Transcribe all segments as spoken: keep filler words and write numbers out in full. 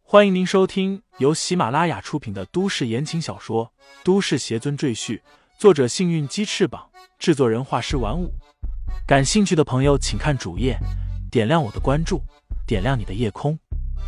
欢迎您收听由喜马拉雅出品的都市言情小说《都市邪尊赘婿》，作者幸运鸡翅膀，制作人画师玩五。感兴趣的朋友请看主页，点亮我的关注，点亮你的夜空。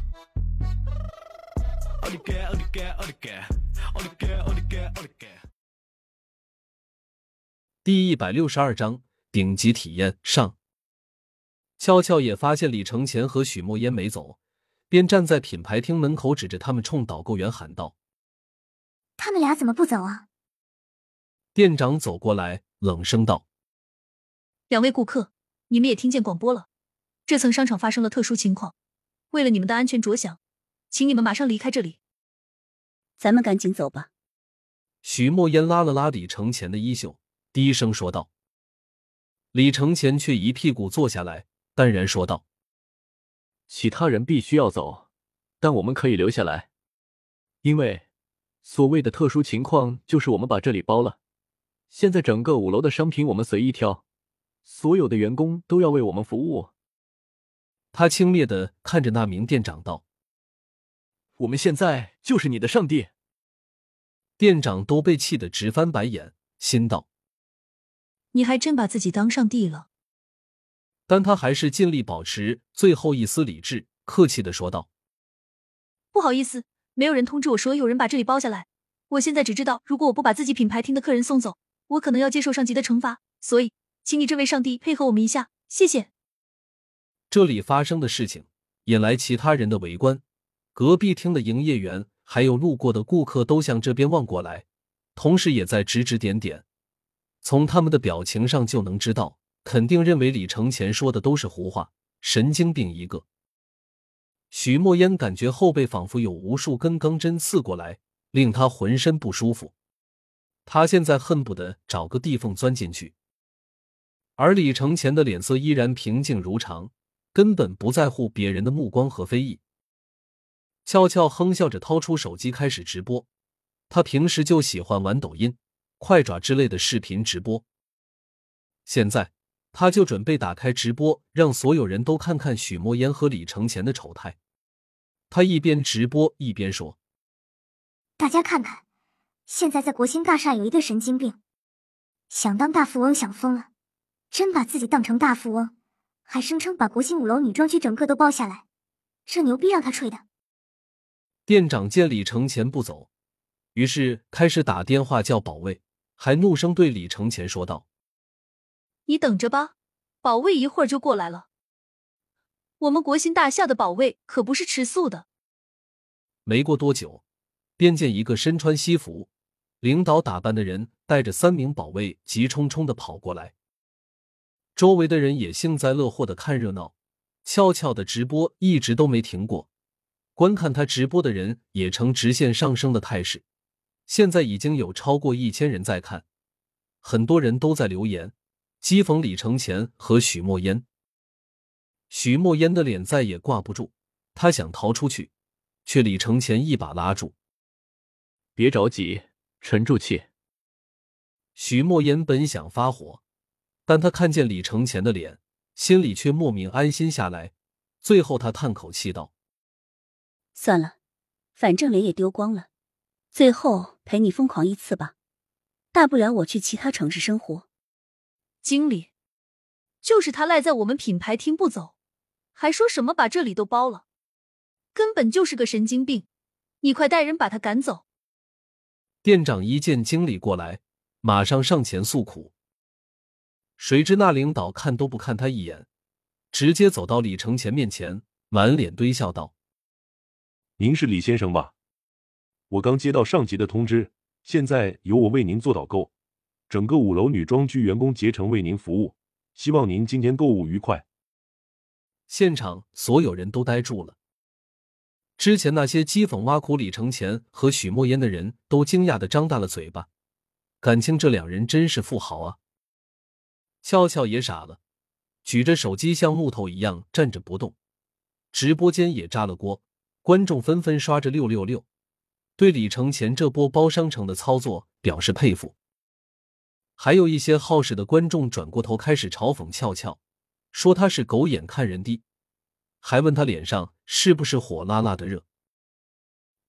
第一百六十二章顶级体验上。俏俏也发现李承前和许墨烟没走，便站在品牌厅门口指着他们冲导购员喊道： 他们俩怎么不走啊？ 店长走过来冷声道： 两位顾客，你们也听见广播了，这层商场发生了特殊情况，为了你们的安全着想，请你们马上离开这里。 咱们赶紧走吧。 许墨烟拉了拉李承前的衣袖，低声说道。李承前却一屁股坐下来，淡然说道： 其他人必须要走，但我们可以留下来，因为所谓的特殊情况就是我们把这里包了，现在整个五楼的商品我们随意挑，所有的员工都要为我们服务。 他轻蔑地看着那名店长道： 我们现在就是你的上帝。 店长都被气得直翻白眼，心道： 你还真把自己当上帝了。 但他还是尽力保持最后一丝理智，客气地说道： 不好意思，没有人通知我说有人把这里包下来，我现在只知道如果我不把自己品牌厅的客人送走，我可能要接受上级的惩罚，所以请你这位上帝配合我们一下，谢谢。 这里发生的事情引来其他人的围观，隔壁厅的营业员还有路过的顾客都向这边望过来，同时也在指指点点，从他们的表情上就能知道，肯定认为李承前说的都是胡话，神经病一个。许墨烟感觉后背仿佛有无数根钢针刺过来，令他浑身不舒服。他现在恨不得找个地缝钻进去。而李承前的脸色依然平静如常，根本不在乎别人的目光和非议。俏俏哼笑着掏出手机开始直播，他平时就喜欢玩抖音、快爪之类的视频直播。现在他就准备打开直播，让所有人都看看许墨烟和李承前的丑态。他一边直播一边说： 大家看看，现在在国新大厦有一个神经病，想当大富翁想疯了，真把自己当成大富翁，还声称把国新五楼女装区整个都包下来，这牛逼让他吹的。 店长见李承前不走，于是开始打电话叫保卫，还怒声对李承前说道： 你等着吧，保卫一会儿就过来了。我们国新大厦的保卫可不是吃素的。 没过多久，便见一个身穿西服、领导打扮的人带着三名保卫急冲冲地跑过来。周围的人也幸灾乐祸地看热闹，俏俏的直播一直都没停过，观看他直播的人也呈直线上升的态势，现在已经有超过一千人在看，很多人都在留言讥讽李承前和许墨烟。许墨烟的脸再也挂不住，他想逃出去，却李承前一把拉住。 别着急，沉住气。 许墨烟本想发火，但他看见李承前的脸，心里却莫名安心下来，最后他叹口气道： 算了，反正脸也丢光了，最后陪你疯狂一次吧，大不了我去其他城市生活。 经理，就是他赖在我们品牌厅不走，还说什么把这里都包了，根本就是个神经病，你快带人把他赶走。 店长一见经理过来，马上上前诉苦。谁知那领导看都不看他一眼，直接走到李承前面前，满脸堆笑道： 您是李先生吧？我刚接到上级的通知，现在由我为您做导购，整个五楼女装区员工竭诚为您服务，希望您今天购物愉快。 现场所有人都呆住了。之前那些讥讽挖苦李承前和许墨烟的人都惊讶地张大了嘴巴，感情这两人真是富豪啊。俏俏也傻了，举着手机像木头一样站着不动。直播间也炸了锅，观众纷纷刷着六六六，对李承前这波包商城的操作表示佩服。还有一些好事的观众转过头开始嘲讽俏俏，说他是狗眼看人低，还问他脸上是不是火辣辣的热。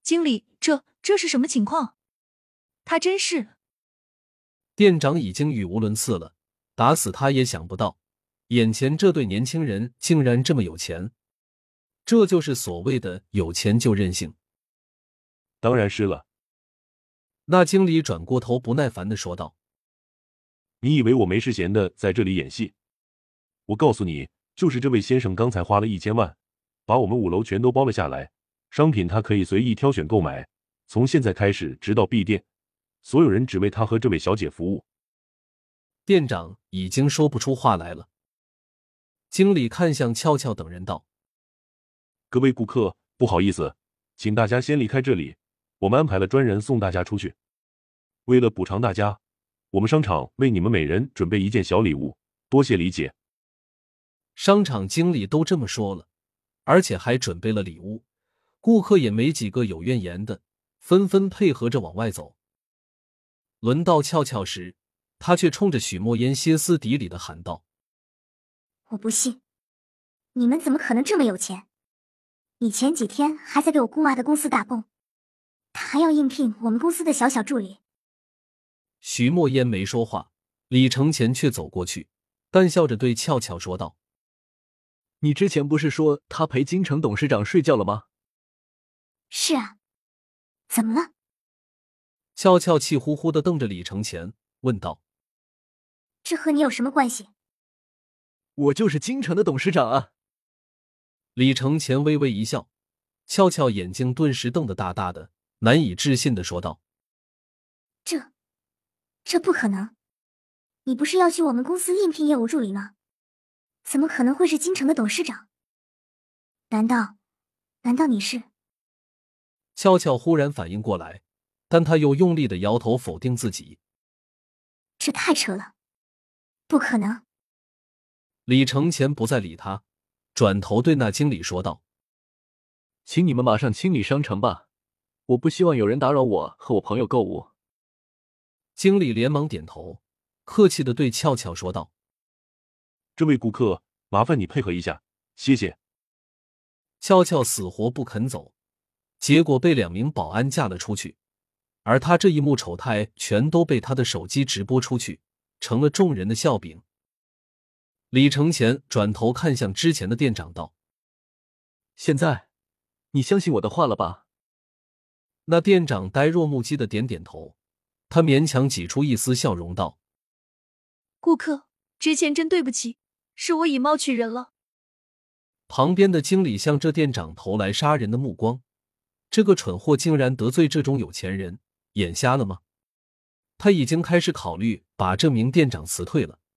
经理，这这是什么情况？他真是…… 店长已经语无伦次了，打死他也想不到，眼前这对年轻人竟然这么有钱。这就是所谓的有钱就任性。 当然是了。 那经理转过头不耐烦地说道： 你以为我没事闲的在这里演戏？我告诉你，就是这位先生刚才花了一千万，把我们五楼全都包了下来，商品他可以随意挑选购买，从现在开始直到闭店，所有人只为他和这位小姐服务。 店长已经说不出话来了。经理看向俏俏等人道： 各位顾客，不好意思，请大家先离开这里，我们安排了专人送大家出去。为了补偿大家，我们商场为你们每人准备一件小礼物，多谢理解。 商场经理都这么说了，而且还准备了礼物，顾客也没几个有怨言的，纷纷配合着往外走。轮到俏俏时，他却冲着许墨烟歇斯底里的喊道： 我不信，你们怎么可能这么有钱？你前几天还在给我姑妈的公司打工，他还要应聘我们公司的小小助理。 徐墨烟没说话，李承前却走过去，淡笑着对俏俏说道： 你之前不是说他陪京城董事长睡觉了吗？ 是啊，怎么了？ 俏俏气呼呼地瞪着李承前，问道： 这和你有什么关系？ 我就是京城的董事长啊！ 李承前微微一笑，俏俏眼睛顿时瞪得大大的，难以置信地说道： 这这不可能，你不是要去我们公司应聘业务助理吗？怎么可能会是京城的董事长？难道难道你是？ 俏俏忽然反应过来，但她又用力地摇头否定自己。 这太扯了，不可能。 李承前不再理他，转头对那经理说道： 请你们马上清理商城吧，我不希望有人打扰我和我朋友购物。 经理连忙点头，客气地对俏俏说道： 这位顾客，麻烦你配合一下，谢谢。 俏俏死活不肯走，结果被两名保安架了出去，而他这一幕丑态全都被他的手机直播出去，成了众人的笑柄。李承前转头看向之前的店长道： 现在你相信我的话了吧？ 那店长呆若木鸡的点点头，他勉强挤出一丝笑容道： 顾客，之前真对不起，是我以貌取人了。 旁边的经理向这店长投来杀人的目光，这个蠢货竟然得罪这种有钱人，眼瞎了吗？他已经开始考虑把这名店长辞退了。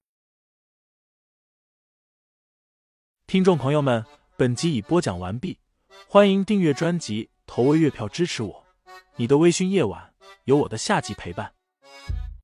听众朋友们，本集已播讲完毕，欢迎订阅专辑，投喂月票支持我。你的微醺夜晚，有我的下集陪伴。